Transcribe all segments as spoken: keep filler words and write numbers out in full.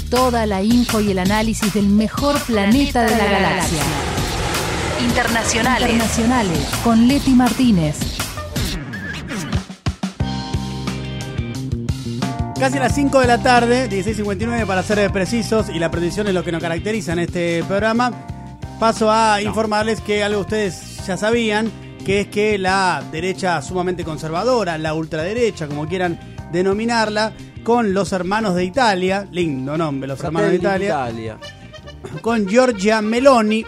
Toda la info y el análisis del mejor planeta de la galaxia. Internacionales. Internacionales con Leti Martínez. Casi a las cinco de la tarde, dieciséis cincuenta y nueve para ser precisos, y la precisión es lo que nos caracteriza en este programa. Paso a no. informarles que algo ustedes ya sabían, que es que la derecha sumamente conservadora, la ultraderecha, como quieran denominarla, con los hermanos de Italia, lindo nombre, los Fratelli hermanos de Italia, Italia, con Giorgia Meloni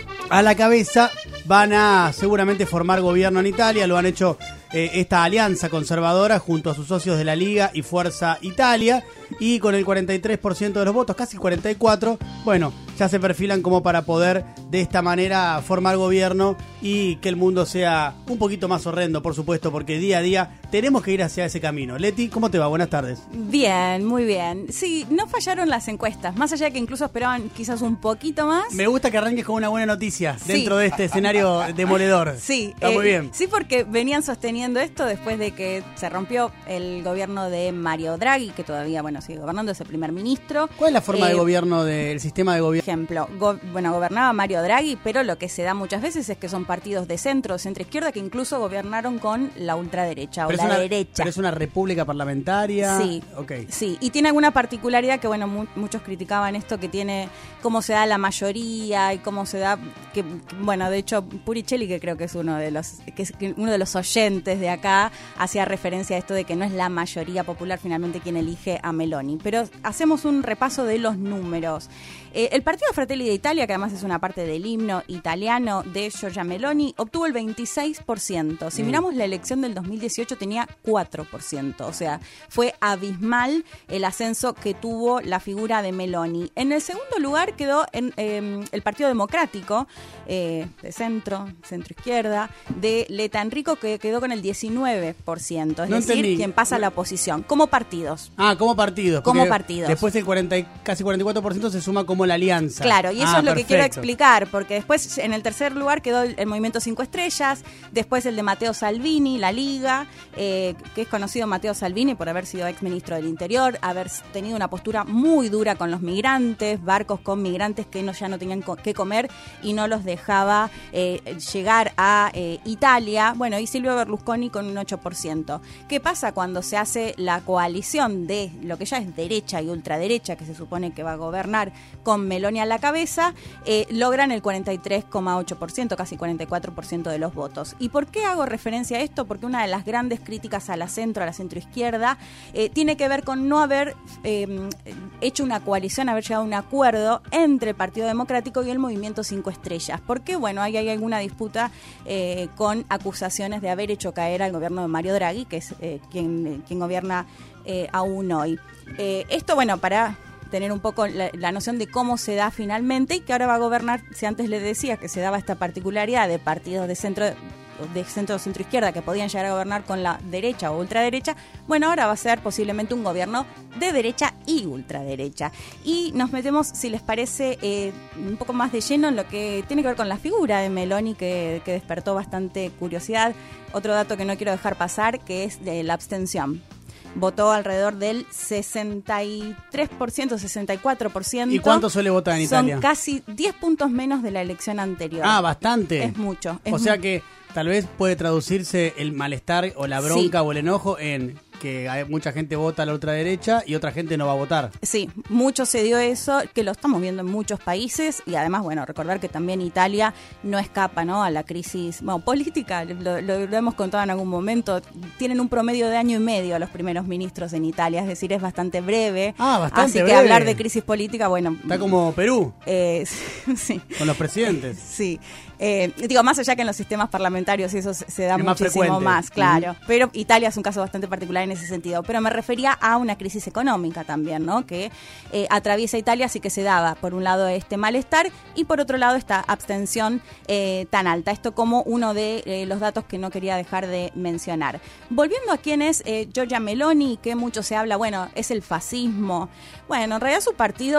a la cabeza, van a seguramente formar gobierno en Italia. Lo han hecho eh, esta alianza conservadora junto a sus socios de la Liga y Fuerza Italia, y con el cuarenta y tres por ciento de los votos, casi cuarenta y cuatro por ciento, bueno, ya se perfilan como para poder de esta manera formar gobierno y que el mundo sea un poquito más horrendo, por supuesto, porque día a día tenemos que ir hacia ese camino. Leti, ¿cómo te va? Buenas tardes. Bien, muy bien. Sí, no fallaron las encuestas, más allá de que incluso esperaban quizás un poquito más. Me gusta que arranques con una buena noticia dentro sí. de este escenario demoledor. Sí, está eh, muy bien. Sí, porque venían sosteniendo esto después de que se rompió el gobierno de Mario Draghi, que todavía, bueno, sigue gobernando, es el primer ministro. ¿Cuál es la forma eh, de gobierno del sistema de gobierno? Ejemplo, go- bueno, gobernaba Mario Draghi, pero lo que se da muchas veces es que son partidos de centro, centro izquierda, que incluso gobernaron con la ultraderecha pero o la una, derecha. Pero es una república parlamentaria. Sí, okay. sí, y tiene alguna particularidad que, bueno, mu- muchos criticaban esto, que tiene cómo se da la mayoría y cómo se da, que, bueno, de hecho, Puricelli, que creo que es uno de los, que es uno de los oyentes de acá, hacía referencia a esto de que no es la mayoría popular finalmente quien elige a Meloni. Pero hacemos un repaso de los números. Eh, el partido Fratelli d'Italia, que además es una parte del himno italiano de Giorgia Meloni, obtuvo el veintiséis por ciento. Si mm. miramos la elección del dos mil dieciocho, tenía cuatro por ciento. O sea, fue abismal el ascenso que tuvo la figura de Meloni. En el segundo lugar quedó en, eh, el Partido Democrático, eh, de centro, centro-izquierda, de Leta Enrico, que quedó con el diecinueve por ciento. Es no decir, entendí. quien pasa a la oposición. Como partidos. Ah, como partidos. Como partidos. Después el cuarenta, casi cuarenta y cuatro por ciento se suma como la alianza. Claro, y eso ah, es lo perfecto. que quiero explicar, porque después en el tercer lugar quedó el, el Movimiento Cinco Estrellas, después el de Matteo Salvini, la Liga, eh, que es conocido Matteo Salvini por haber sido ex ministro del Interior, haber tenido una postura muy dura con los migrantes, barcos con migrantes que no, ya no tenían co- que comer y no los dejaba eh, llegar a eh, Italia. Bueno, y Silvio Berlusconi con un ocho por ciento. ¿Qué pasa cuando se hace la coalición de lo que ya es derecha y ultraderecha, que se supone que va a gobernar con Meloni a la cabeza? Eh, logran el cuarenta y tres coma ocho por ciento, casi cuarenta y cuatro por ciento de los votos. ¿Y por qué hago referencia a esto? Porque una de las grandes críticas a la centro, a la centroizquierda, eh, tiene que ver con no haber eh, hecho una coalición, haber llegado a un acuerdo entre el Partido Democrático y el Movimiento Cinco Estrellas. Porque, bueno, ahí hay alguna disputa eh, con acusaciones de haber hecho caer al gobierno de Mario Draghi, que es eh, quien, quien gobierna eh, aún hoy. Eh, esto, bueno, para tener un poco la, la noción de cómo se da finalmente, y que ahora va a gobernar, si antes le decía que se daba esta particularidad de partidos de centro de centro centro izquierda que podían llegar a gobernar con la derecha o ultraderecha, bueno, ahora va a ser posiblemente un gobierno de derecha y ultraderecha. Y nos metemos, si les parece, eh, un poco más de lleno en lo que tiene que ver con la figura de Meloni, que, que despertó bastante curiosidad. Otro dato que no quiero dejar pasar, que es de la abstención. Votó alrededor del sesenta y tres por ciento, sesenta y cuatro por ciento. ¿Y cuánto suele votar en Italia? Son casi diez puntos menos de la elección anterior. Ah, bastante. Es mucho. Es o sea mu- que tal vez puede traducirse el malestar o la bronca Sí. o el enojo en que hay mucha gente vota a la ultraderecha y otra gente no va a votar. Sí, mucho se dio eso, que lo estamos viendo en muchos países, y además, bueno, recordar que también Italia no escapa, ¿no?, a la crisis, bueno, política, lo, lo, lo hemos contado en algún momento, tienen un promedio de año y medio los primeros ministros en Italia, es decir, es bastante breve. Ah, bastante Así que breve. hablar de crisis política, bueno... Está como Perú, eh, sí. con los presidentes. Sí. Eh, digo, más allá que en los sistemas parlamentarios eso se, se da es más muchísimo frecuente. más, claro. Uh-huh. Pero Italia es un caso bastante particular en ese sentido. Pero me refería a una crisis económica también, ¿no?, que eh, atraviesa Italia, así que se daba, por un lado, este malestar y por otro lado esta abstención eh, tan alta. Esto como uno de eh, los datos que no quería dejar de mencionar. Volviendo a quién es eh, Giorgia Meloni, que mucho se habla, bueno, es el fascismo. Bueno, en realidad su partido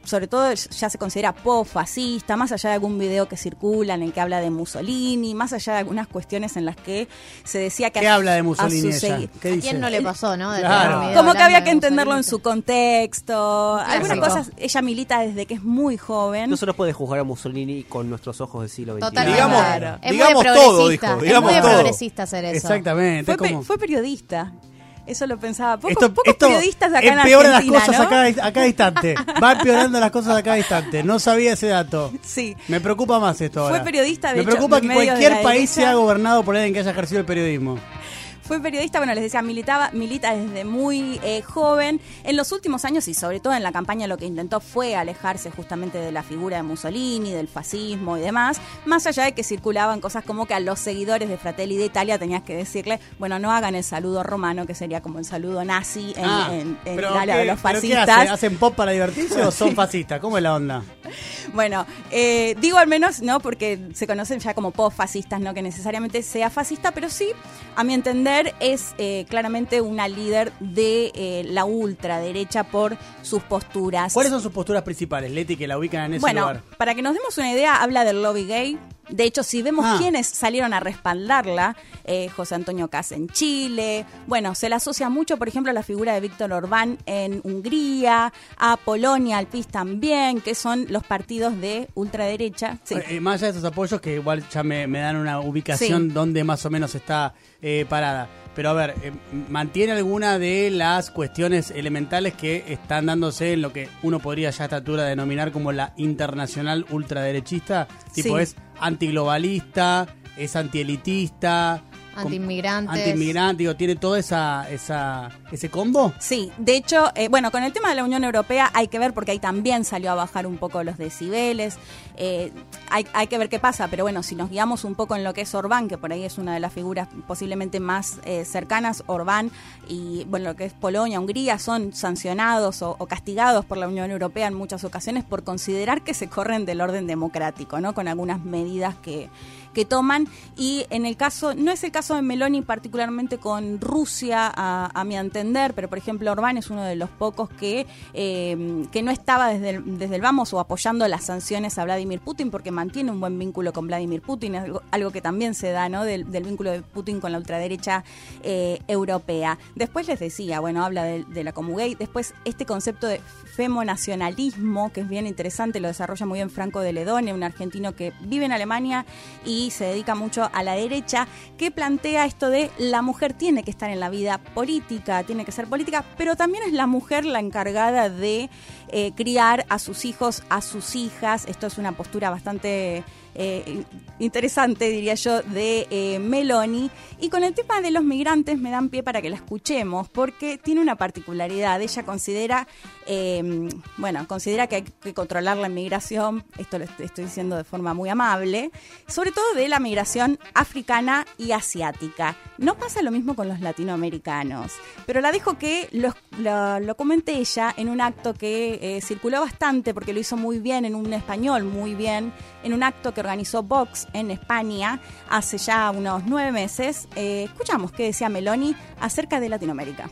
sobre todo ya se considera post-fascista, más allá de algún video que circula en el que habla de Mussolini, más allá de algunas cuestiones en las que se decía que... ¿Qué a, habla de Mussolini ella? segui- ¿Qué ¿A dice? quién no le pasó, no? De Claro. tener un video Como que había hablando que de entenderlo en Mussolini. su contexto, algunas Clásico. cosas. Ella milita desde que es muy joven. No se nos puede juzgar a Mussolini con nuestros ojos del siglo veintiuno. Totalmente. Digamos- Claro. Es digamos muy todo, progresista. dijo, digamos es muy todo. progresista hacer eso. Exactamente. Fue, es pe- como- fue periodista. Eso lo pensaba. Pocos, Esto- pocos esto periodistas de acá en empeora Argentina, las cosas ¿no? a cada, a cada instante. Va empeorando las cosas a cada instante. No sabía ese dato. Sí. Me preocupa más esto Fue ahora. periodista, de Me hecho, preocupa de que medios de cualquier la país derecha. sea gobernado por alguien que haya ejercido el periodismo. Fue periodista, bueno, les decía, militaba, milita desde muy eh, joven. En los últimos años y sobre todo en la campaña lo que intentó fue alejarse justamente de la figura de Mussolini, del fascismo y demás, más allá de que circulaban cosas como que a los seguidores de Fratelli d'Italia tenías que decirle, bueno, no hagan el saludo romano, que sería como el saludo nazi en, Ah, en, en pero Italia ¿qué- de los pero qué fascistas. hacen? ¿Hacen pop para divertirse o son fascistas? ¿Cómo es la onda? Bueno, eh, digo al menos, ¿no? Porque se conocen ya como post-fascistas, no que necesariamente sea fascista, pero sí, a mi entender, es eh, claramente una líder de eh, la ultraderecha por sus posturas. ¿Cuáles son sus posturas principales, Leti, que la ubican en ese Bueno, lugar? para que nos demos una idea, habla del lobby gay. De hecho, si vemos Ah. quiénes salieron a respaldarla, eh, José Antonio Caz en Chile, bueno, se la asocia mucho, por ejemplo, a la figura de Víctor Orbán en Hungría, a Polonia, al P I S también, que son los partidos de ultraderecha. Sí. Eh, más allá de esos apoyos que igual ya me, me dan una ubicación Sí. donde más o menos está eh, parada. Pero a ver, eh, ¿mantiene alguna de las cuestiones elementales que están dándose en lo que uno podría ya a esta altura denominar como la internacional ultraderechista? Tipo, Sí. es antiglobalista, es antielitista, Antiinmigrantes. antiinmigrante, digo, ¿tiene todo esa, esa, ese combo? Sí, de hecho, eh, bueno, con el tema de la Unión Europea hay que ver porque ahí también salió a bajar un poco los decibeles, eh, hay, hay que ver qué pasa, pero bueno, si nos guiamos un poco en lo que es Orbán, que por ahí es una de las figuras posiblemente más eh, cercanas, Orbán y bueno, lo que es Polonia, Hungría, son sancionados o, o castigados por la Unión Europea en muchas ocasiones por considerar que se corren del orden democrático, ¿no? Con algunas medidas que, que toman, y en el caso, no es el caso de Meloni particularmente con Rusia, a, a mi entender, pero por ejemplo Orbán es uno de los pocos que, eh, que no estaba desde el, desde el vamos o apoyando las sanciones a Vladimir Putin, porque mantiene un buen vínculo con Vladimir Putin, es algo, algo que también se da, ¿no? Del, del vínculo de Putin con la ultraderecha eh, europea. Después les decía, bueno, habla de, de la Comugay, después este concepto de femonacionalismo, que es bien interesante, lo desarrolla muy bien Franco de Ledone, un argentino que vive en Alemania y se dedica mucho a la derecha, que plantea esto de la mujer tiene que estar en la vida política, tiene que ser política, pero también es la mujer la encargada de eh, criar a sus hijos, a sus hijas. Esto es una postura bastante eh, interesante, diría yo, de eh, Meloni. Y con el tema de los migrantes me dan pie para que la escuchemos, porque tiene una particularidad. Ella considera, eh, bueno, considera que hay que controlar la migración, esto lo estoy diciendo de forma muy amable, sobre todo de la migración africana y asiática. No pasa lo mismo con los latinoamericanos, pero la dejo que lo, lo, lo comente ella en un acto que eh, circuló bastante, porque lo hizo muy bien, en un español muy bien, en un acto que organizó Vox en España hace ya unos nueve meses. Eh, escuchamos qué decía Meloni acerca de Latinoamérica.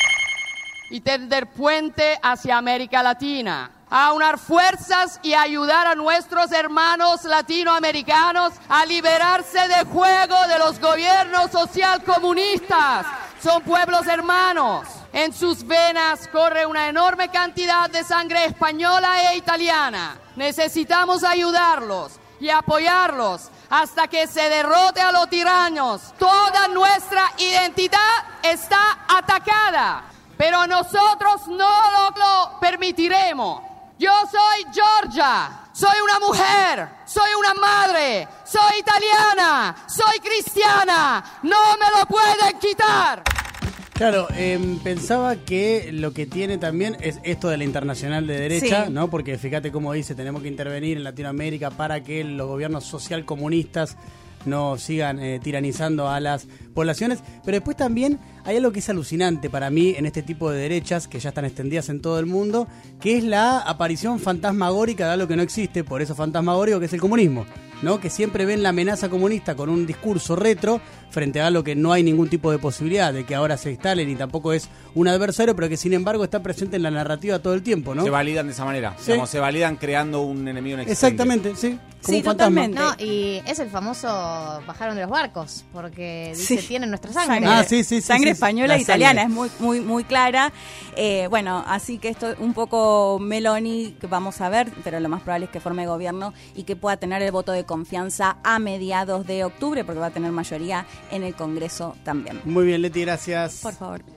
Y tender puente hacia América Latina, aunar fuerzas y ayudar a nuestros hermanos latinoamericanos a liberarse del juego de los gobiernos socialcomunistas. Son pueblos hermanos. En sus venas corre una enorme cantidad de sangre española e italiana. Necesitamos ayudarlos y apoyarlos hasta que se derrote a los tiranos. Toda nuestra identidad está atacada, pero nosotros no lo, lo permitiremos. Yo soy Georgia, soy una mujer, soy una madre, soy italiana, soy cristiana, no me lo pueden quitar. Claro, eh, pensaba que lo que tiene también es esto de la internacional de derecha, Sí. ¿no? Porque fíjate cómo dice, tenemos que intervenir en Latinoamérica para que los gobiernos social comunistas no sigan eh, tiranizando a las poblaciones. Pero después también hay algo que es alucinante para mí en este tipo de derechas que ya están extendidas en todo el mundo, que es la aparición fantasmagórica de algo que no existe, por eso fantasmagórico, que es el comunismo, ¿no? Que siempre ven la amenaza comunista con un discurso retro, frente a algo que no hay ningún tipo de posibilidad de que ahora se instale, ni tampoco es un adversario, pero que sin embargo está presente en la narrativa todo el tiempo, ¿no? Se validan de esa manera, Sí. digamos, se validan creando un enemigo inexistente. Exactamente, sí. Como Sí, un fantasma. totalmente. No, y es el famoso bajaron de los barcos, porque dice, Sí. tienen nuestra sangre. Ah, sí, sí, sí, Sangre sí, española la e italiana, sangre. es muy, muy, muy clara. Eh, bueno, así que esto un poco Meloni, que vamos a ver, pero lo más probable es que forme gobierno y que pueda tener el voto de confianza a mediados de octubre, porque va a tener mayoría en el Congreso también. Muy bien, Leti, gracias. Por favor.